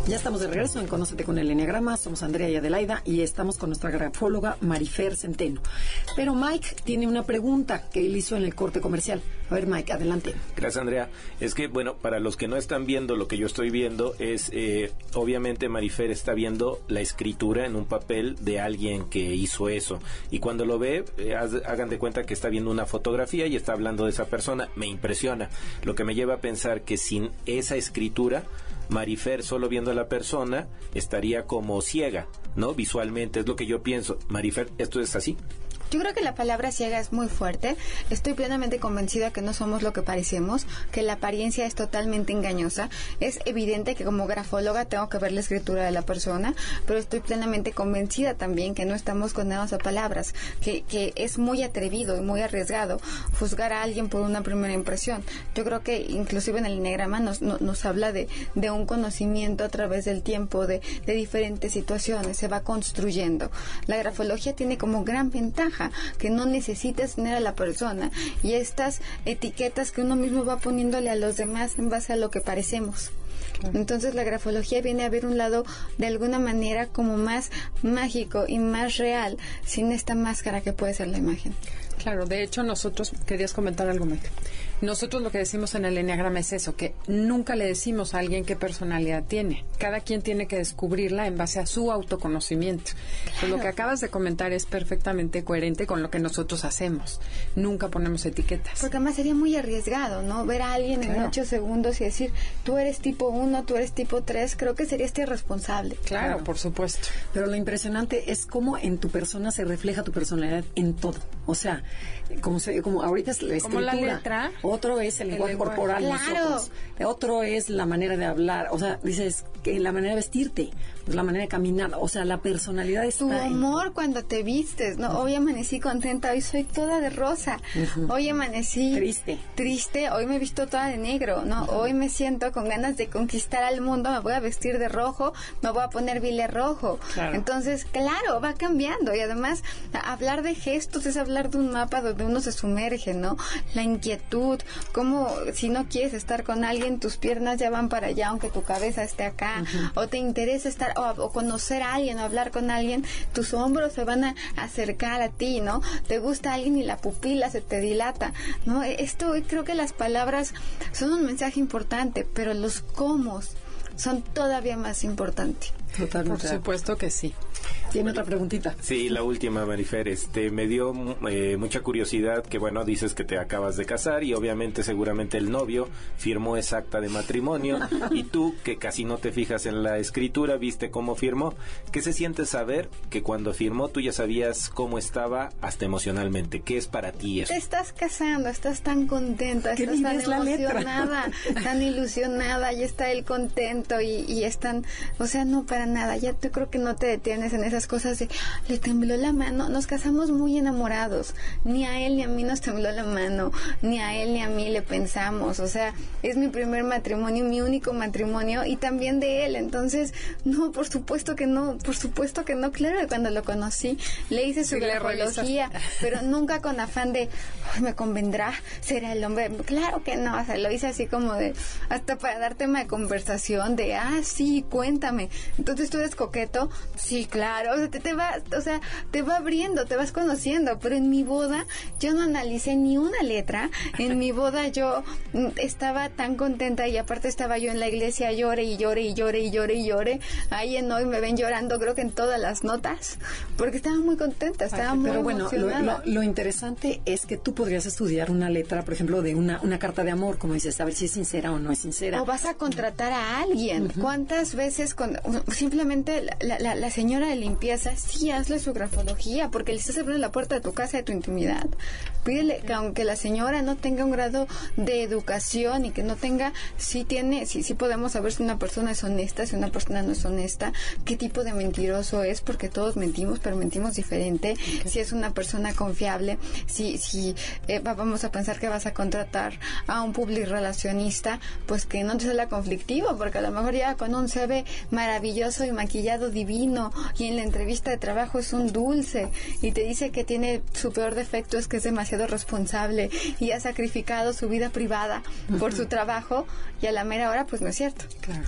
Ya estamos de regreso en Conócete con el Enneagrama. Somos Andrea y Adelaida y estamos con nuestra grafóloga Marifer Centeno. Pero Mike tiene una pregunta que él hizo en el corte comercial. A ver, Mike, adelante. Gracias, Andrea. Es que, bueno, para los que no están viendo lo que yo estoy viendo es, eh, obviamente Marifer está viendo la escritura en un papel de alguien que hizo eso. Y cuando lo ve, eh, hagan de cuenta que está viendo una fotografía y está hablando de esa persona. Me impresiona. Lo que me lleva a pensar que sin esa escritura, Marifer, solo viendo a la persona, estaría como ciega, ¿no? Visualmente, es lo que yo pienso. Marifer, ¿esto es así? Yo creo que la palabra ciega es muy fuerte. Estoy plenamente convencida que no somos lo que parecemos, que la apariencia es totalmente engañosa. Es evidente que como grafóloga tengo que ver la escritura de la persona, pero estoy plenamente convencida también que no estamos condenados a palabras, que, que es muy atrevido y muy arriesgado juzgar a alguien por una primera impresión. Yo creo que inclusive en el enneagrama nos, no, nos habla de, de un conocimiento a través del tiempo, de, de diferentes situaciones, se va construyendo. La grafología tiene como gran ventaja que no necesitas tener a la persona y estas etiquetas que uno mismo va poniéndole a los demás en base a lo que parecemos. Entonces la grafología viene a ver un lado de alguna manera como más mágico y más real, sin esta máscara que puede ser la imagen. Claro, de hecho nosotros, querías comentar algo, Mike. Nosotros lo que decimos en el enneagrama es eso, que nunca le decimos a alguien qué personalidad tiene. Cada quien tiene que descubrirla en base a su autoconocimiento. Claro. Pues lo que acabas de comentar es perfectamente coherente con lo que nosotros hacemos. Nunca ponemos etiquetas. Porque además sería muy arriesgado, ¿no? Ver a alguien claro. en ocho segundos y decir, tú eres tipo uno, tú eres tipo tres, creo que sería este irresponsable. Claro, claro, por supuesto. Pero lo impresionante es cómo en tu persona se refleja tu personalidad en todo. O sea, como, se, como ahorita es la escritura. Como la letra. Otro es el lenguaje corporal. Claro. Nosotros. Otro es la manera de hablar. O sea, dices que la manera de vestirte, pues la manera de caminar. O sea, la personalidad está tu humor en... cuando te vistes, ¿no? Hoy amanecí contenta, hoy soy toda de rosa. Uh-huh. Hoy amanecí triste. Triste, hoy me he visto toda de negro, ¿no? Uh-huh. Hoy me siento con ganas de conquistar al mundo, me voy a vestir de rojo, me voy a poner bile rojo. Claro. Entonces, claro, va cambiando y además hablar de gestos es hablar de un mapa donde uno se sumerge, ¿no? La inquietud, como si no quieres estar con alguien, tus piernas ya van para allá aunque tu cabeza esté acá, uh-huh. o te interesa estar o, o conocer a alguien o hablar con alguien, tus hombros se van a acercar a ti, ¿no? Te gusta alguien y la pupila se te dilata, ¿no? Esto, creo que las palabras son un mensaje importante, pero los cómo son todavía más importantes. Totalmente. Por supuesto que sí. ¿Tiene otra preguntita? Sí, la última, Marifer. Este, me dio eh, mucha curiosidad que, bueno, dices que te acabas de casar y obviamente seguramente el novio firmó esa acta de matrimonio y tú, que casi no te fijas en la escritura, viste cómo firmó. ¿Qué se siente saber que cuando firmó tú ya sabías cómo estaba hasta emocionalmente? ¿Qué es para ti eso? Te estás casando, estás tan contenta, estás tan emocionada, tan ilusionada, ya está él contento y, y están, o sea, no para nada, ya tú creo que no te detienes en esas cosas de le tembló la mano. Nos casamos muy enamorados, ni a él ni a mí nos tembló la mano, ni a él ni a mí le pensamos, o sea, es mi primer matrimonio, mi único matrimonio y también de él, entonces no, por supuesto que no, por supuesto que no, claro que cuando lo conocí le hice su sí, grafología, pero nunca con afán de me convendrá, será el hombre, claro que no, o sea, lo hice así como de, hasta para dar tema de conversación, de ah, sí, cuéntame, entonces tú eres coqueto, sí, claro, o sea, te, te va, o sea, te va abriendo, te vas conociendo, pero en mi boda yo no analicé ni una letra, en mi boda yo estaba tan contenta y aparte estaba yo en la iglesia, llore y llore y llore y llore y llore, ahí en hoy me ven llorando, creo que en todas las notas, porque estaba muy contenta, estaba Ay, muy pero bueno, emocionada. Lo, lo, lo interesante es que tú podrías estudiar una letra, por ejemplo, de una, una carta de amor, como dices, a ver si es sincera o no es sincera. O vas a contratar a alguien, uh-huh. ¿Cuántas veces con, simplemente la, la, la señora de limpieza, sí, hazle su grafología, porque le estás abriendo la puerta de tu casa, de tu intimidad. Pídele que aunque la señora no tenga un grado de educación y que no tenga, sí tiene, sí, sí podemos saber si una persona es honesta, si una persona no es honesta, qué tipo de mentiroso es, porque todos mentimos, pero mentimos diferente, okay. Si es una persona confiable, si, si eh, vamos a pensar que vas a contratar a un publirelacionista, pues que no te sea conflictivo, porque a lo mejor ya con un C V maravilloso y maquillado divino y en la entrevista de trabajo es un dulce y te dice que tiene su peor defecto es que es demasiado responsable y ha sacrificado su vida privada por su trabajo y a la mera hora pues no es cierto. Claro.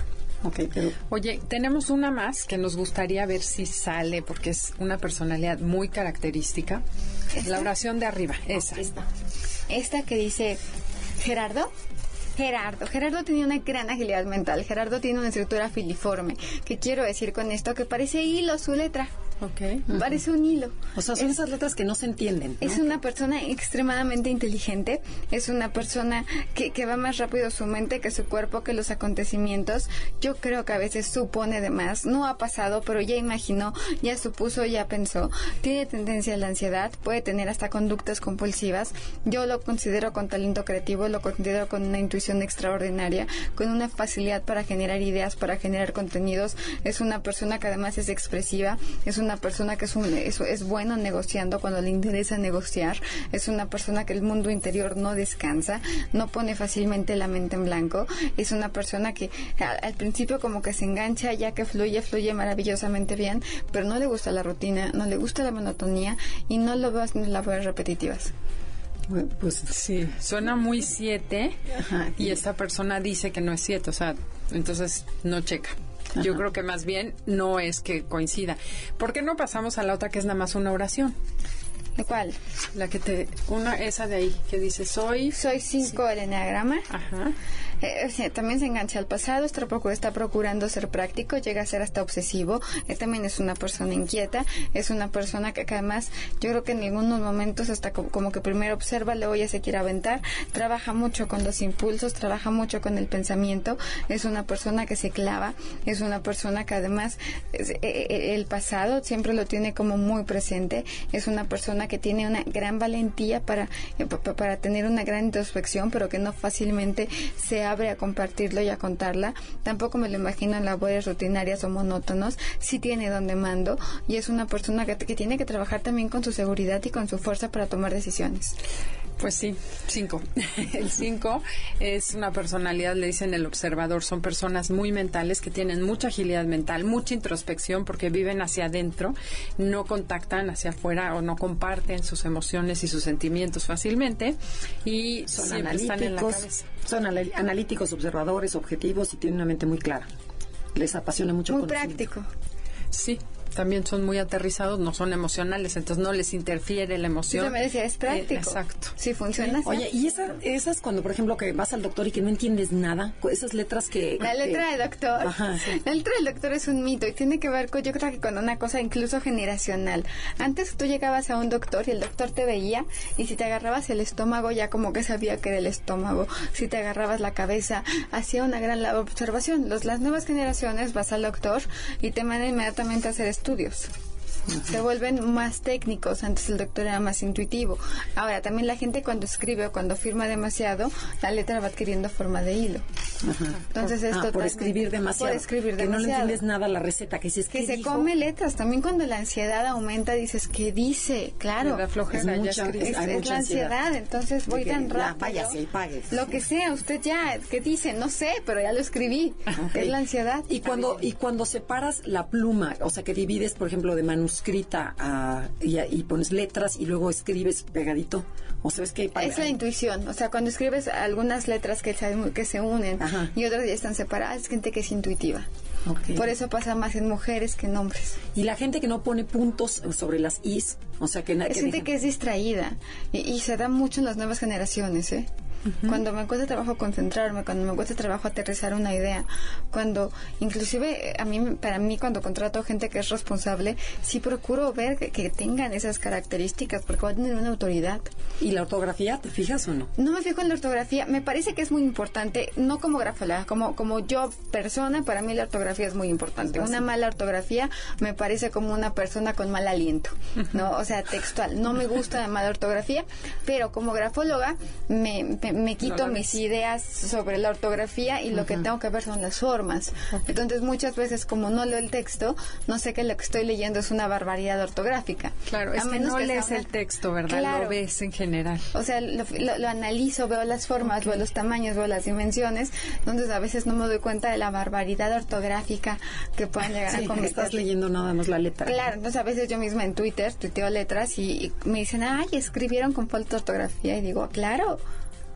Ok, pero... Oye, tenemos una más que nos gustaría ver si sale, porque es una personalidad muy característica. ¿Esta? La oración de arriba, esa. Esta. Esta que dice Gerardo. Gerardo. Gerardo tenía una gran agilidad mental. Gerardo tiene una estructura filiforme. ¿Qué quiero decir con esto? Que parece hilo su letra. Ok. Parece un hilo. O sea, son es, esas letras que no se entienden, ¿no? Es una persona extremadamente inteligente, es una persona que, que va más rápido su mente que su cuerpo, que los acontecimientos. Yo creo que a veces supone de más. No ha pasado, pero ya imaginó, ya supuso, ya pensó. Tiene tendencia a la ansiedad, puede tener hasta conductas compulsivas. Yo lo considero con talento creativo, lo considero con una intuición extraordinaria, con una facilidad para generar ideas, para generar contenidos. Es una persona que además es expresiva, es una persona que es, un, es, es bueno negociando cuando le interesa negociar, es una persona que el mundo interior no descansa, no pone fácilmente la mente en blanco, es una persona que al, al principio como que se engancha, ya que fluye, fluye maravillosamente bien, pero no le gusta la rutina, no le gusta la monotonía y no lo veo haciendo labores repetitivas. Bueno, pues sí, suena muy siete. Ajá. Y esta persona dice que no es siete, o sea, entonces no checa. Ajá. Yo creo que más bien no es que coincida. ¿Por qué no pasamos a la otra que es nada más una oración? ¿De cuál? La que te... Una, esa de ahí, que dice soy... Soy cinco sí. del eneagrama. Ajá. Eh, o sea, también se engancha al pasado, está, procura, está procurando ser práctico, llega a ser hasta obsesivo. Eh, también es una persona inquieta, es una persona que, que además yo creo que en algunos momentos hasta como, como que primero observa, luego ya se quiere aventar. Trabaja mucho con los impulsos, trabaja mucho con el pensamiento. Es una persona que se clava, es una persona que además es, eh, el pasado siempre lo tiene como muy presente. Es una persona que tiene una gran valentía para, eh, para tener una gran introspección, pero que no fácilmente se abre a compartirlo y a contarla. Tampoco me lo imagino en labores rutinarias o monótonos. Sí tiene donde mando y es una persona que, que tiene que trabajar también con su seguridad y con su fuerza para tomar decisiones. Pues sí, cinco. El cinco es una personalidad, le dicen el observador, son personas muy mentales que tienen mucha agilidad mental, mucha introspección porque viven hacia adentro, no contactan hacia afuera o no comparten sus emociones y sus sentimientos fácilmente y son siempre están en la cabeza. Son analíticos, observadores, objetivos y tienen una mente muy clara. Les apasiona mucho. Muy práctico. Sí. También son muy aterrizados, no son emocionales, entonces no les interfiere la emoción. Yo me decía, es práctico. Eh, exacto. Sí, funciona así. Oye, y esa, esas cuando, por ejemplo, que vas al doctor y que no entiendes nada, esas letras que... La letra que, del doctor. Ajá, sí. La letra del doctor es un mito y tiene que ver con, yo creo que con una cosa incluso generacional. Antes tú llegabas a un doctor y el doctor te veía y si te agarrabas el estómago ya como que sabía que era el estómago. Si te agarrabas la cabeza, hacía una gran observación. Los, las nuevas generaciones vas al doctor y te mandan inmediatamente a hacer estudios. Se vuelven más técnicos. Antes el doctor era más intuitivo. Ahora, también la gente cuando escribe o cuando firma demasiado, la letra va adquiriendo forma de hilo. Ajá. Entonces por, esto ah, por escribir demasiado. Por escribir que demasiado. no le entiendes nada a la receta. Que, si es que, que se dijo? come letras. También cuando la ansiedad aumenta, dices, ¿qué dice? Claro. La flojera, es, mucha, es, es, es la ansiedad. Entonces voy que, tan rápido. Váyase y pague. Lo que sea, usted ya, ¿qué dice? No sé, pero ya lo escribí. Okay. Es la ansiedad. Y cuando, y cuando separas la pluma, o sea, que divides, por ejemplo, de manuscrita a Y, y pones letras y luego escribes pegadito. O sabes que es la intuición. O sea, cuando escribes algunas letras que se, que se unen Ajá. y otras ya están separadas, es gente que es intuitiva. Okay. Por eso pasa más en mujeres que en hombres. Y la gente que no pone puntos sobre las is, o sea que... Es que gente dejan... que es distraída y, y se da mucho en las nuevas generaciones, ¿eh? Uh-huh. Cuando me cuesta trabajo concentrarme, cuando me cuesta trabajo aterrizar una idea, cuando inclusive a mí, para mí cuando contrato gente que es responsable, sí procuro ver que, que tengan esas características porque va a tener una autoridad. ¿Y la ortografía, te fijas o no? No me fijo en la ortografía, me parece que es muy importante, no como grafóloga, como, como yo persona, para mí la ortografía es muy importante. Una mala ortografía me parece como una persona con mal aliento, ¿no? O sea, textual. No me gusta la mala ortografía, pero como grafóloga me, me me quito no, mis ideas sobre la ortografía y uh-huh. lo que tengo que ver son las formas. Okay. Entonces, muchas veces, como no leo el texto, no sé que lo que estoy leyendo es una barbaridad ortográfica. Claro, es que no que lees el texto, ¿verdad? Claro. Lo ves en general. O sea, lo, lo, lo analizo, veo las formas, okay. veo los tamaños, veo las dimensiones, entonces a veces no me doy cuenta de la barbaridad ortográfica que puedan llegar sí, a cometer. Estás leyendo nada más la letra. Claro, entonces a veces yo misma en Twitter tuiteo letras y, y me dicen, ay, escribieron con falta de ortografía, y digo, claro.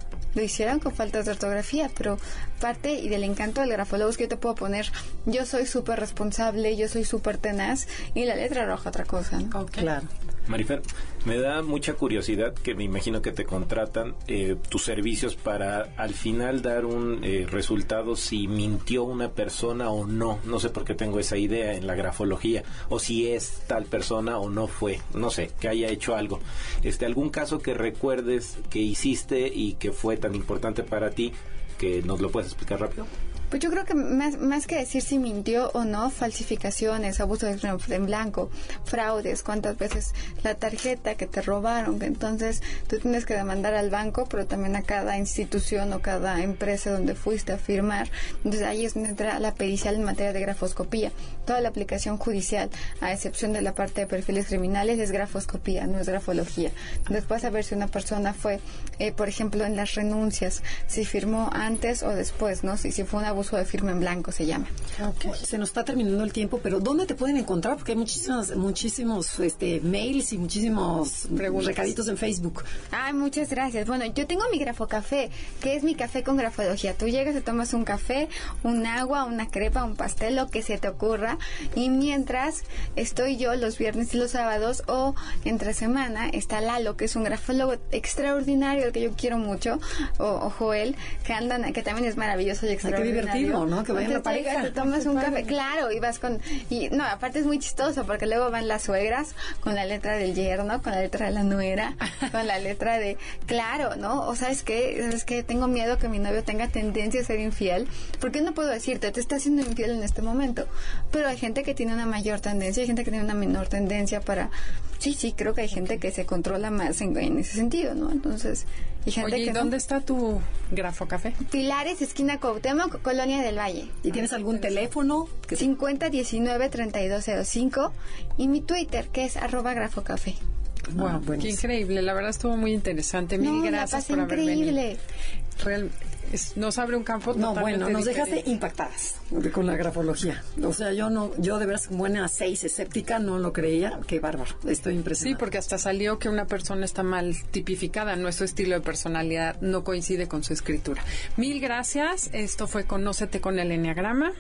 lo hicieron con faltas de ortografía, pero parte y del encanto del grafólogo es que yo te puedo poner, yo soy súper responsable, yo soy súper tenaz, y la letra roja otra cosa, ¿no? Okay. Claro. Marifer, me da mucha curiosidad, que me imagino que te contratan eh, tus servicios para al final dar un eh, resultado si mintió una persona o no. No sé por qué tengo esa idea en la grafología, o si es tal persona o no fue, no sé, que haya hecho algo. Este, ¿algún caso que recuerdes que hiciste y que fue tan importante para ti que nos lo puedes explicar rápido? Pues yo creo que más, más que decir si mintió o no, falsificaciones, abuso de en blanco, fraudes, cuántas veces la tarjeta que te robaron, que entonces tú tienes que demandar al banco, pero también a cada institución o cada empresa donde fuiste a firmar. Entonces ahí es donde entra la pericial en materia de grafoscopía. Toda la aplicación judicial, a excepción de la parte de perfiles criminales, es grafoscopía, no es grafología. Después a ver si una persona fue, eh, por ejemplo, en las renuncias, si firmó antes o después, ¿no? Si, si fue una uso de firma en blanco se llama. Okay. Se nos está terminando el tiempo, pero ¿dónde te pueden encontrar? Porque hay muchísimas, muchísimos este, mails y muchísimos Preguntas. recaditos en Facebook. Ay, muchas gracias. Bueno, yo tengo mi grafocafé, que es mi café con grafología. Tú llegas y tomas un café, un agua, una crepa, un pastel, lo que se te ocurra, y mientras estoy yo los viernes y los sábados, o entre semana, está Lalo, que es un grafólogo extraordinario, al que yo quiero mucho, o, o Joel, que andan, que también es maravilloso y extraordinario. ¿No? Que vayan la pareja. Llegas, te tomas un café, claro, y vas con, y no, aparte es muy chistoso porque luego van las suegras con la letra del yerno, con la letra de la nuera, con la letra de, claro, ¿no? O sabes qué, sabes qué, tengo miedo que mi novio tenga tendencia a ser infiel, porque no puedo decirte, te está haciendo infiel en este momento, pero hay gente que tiene una mayor tendencia, hay gente que tiene una menor tendencia para, sí, sí, creo que hay gente que se controla más en, en ese sentido, ¿no? Entonces, y gente Oye, ¿y que dónde no. está tu grafocafé? Pilares, esquina Cuauhtémoc, Colonia del Valle. ¿Y tienes algún teléfono? cincuenta diecinueve treinta y dos cero cinco y mi Twitter, que es arroba grafocafé. Wow, Ah, qué increíble, la verdad estuvo muy interesante. Mil No, gracias por haber increíble. venido. Real, es, nos abre un campo No, totalmente bueno, nos diferente. dejaste impactadas con la grafología. O sea, yo no, yo de veras buena seis escéptica no lo creía. Qué bárbaro, estoy impresionada. Sí, porque hasta salió que una persona está mal tipificada, nuestro estilo de personalidad no coincide con su escritura. Mil gracias, esto fue Conócete con el Enneagrama.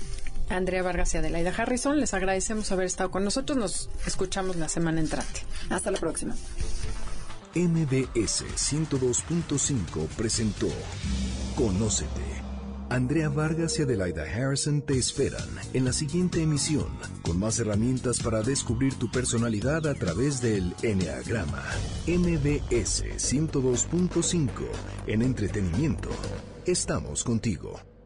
Andrea Vargas y Adelaida Harrison, les agradecemos haber estado con nosotros, nos escuchamos la semana entrante. Hasta la próxima. M B S ciento dos punto cinco presentó Conócete. Andrea Vargas y Adelaida Harrison te esperan en la siguiente emisión con más herramientas para descubrir tu personalidad a través del Enneagrama. M B S ciento dos punto cinco en entretenimiento. Estamos contigo.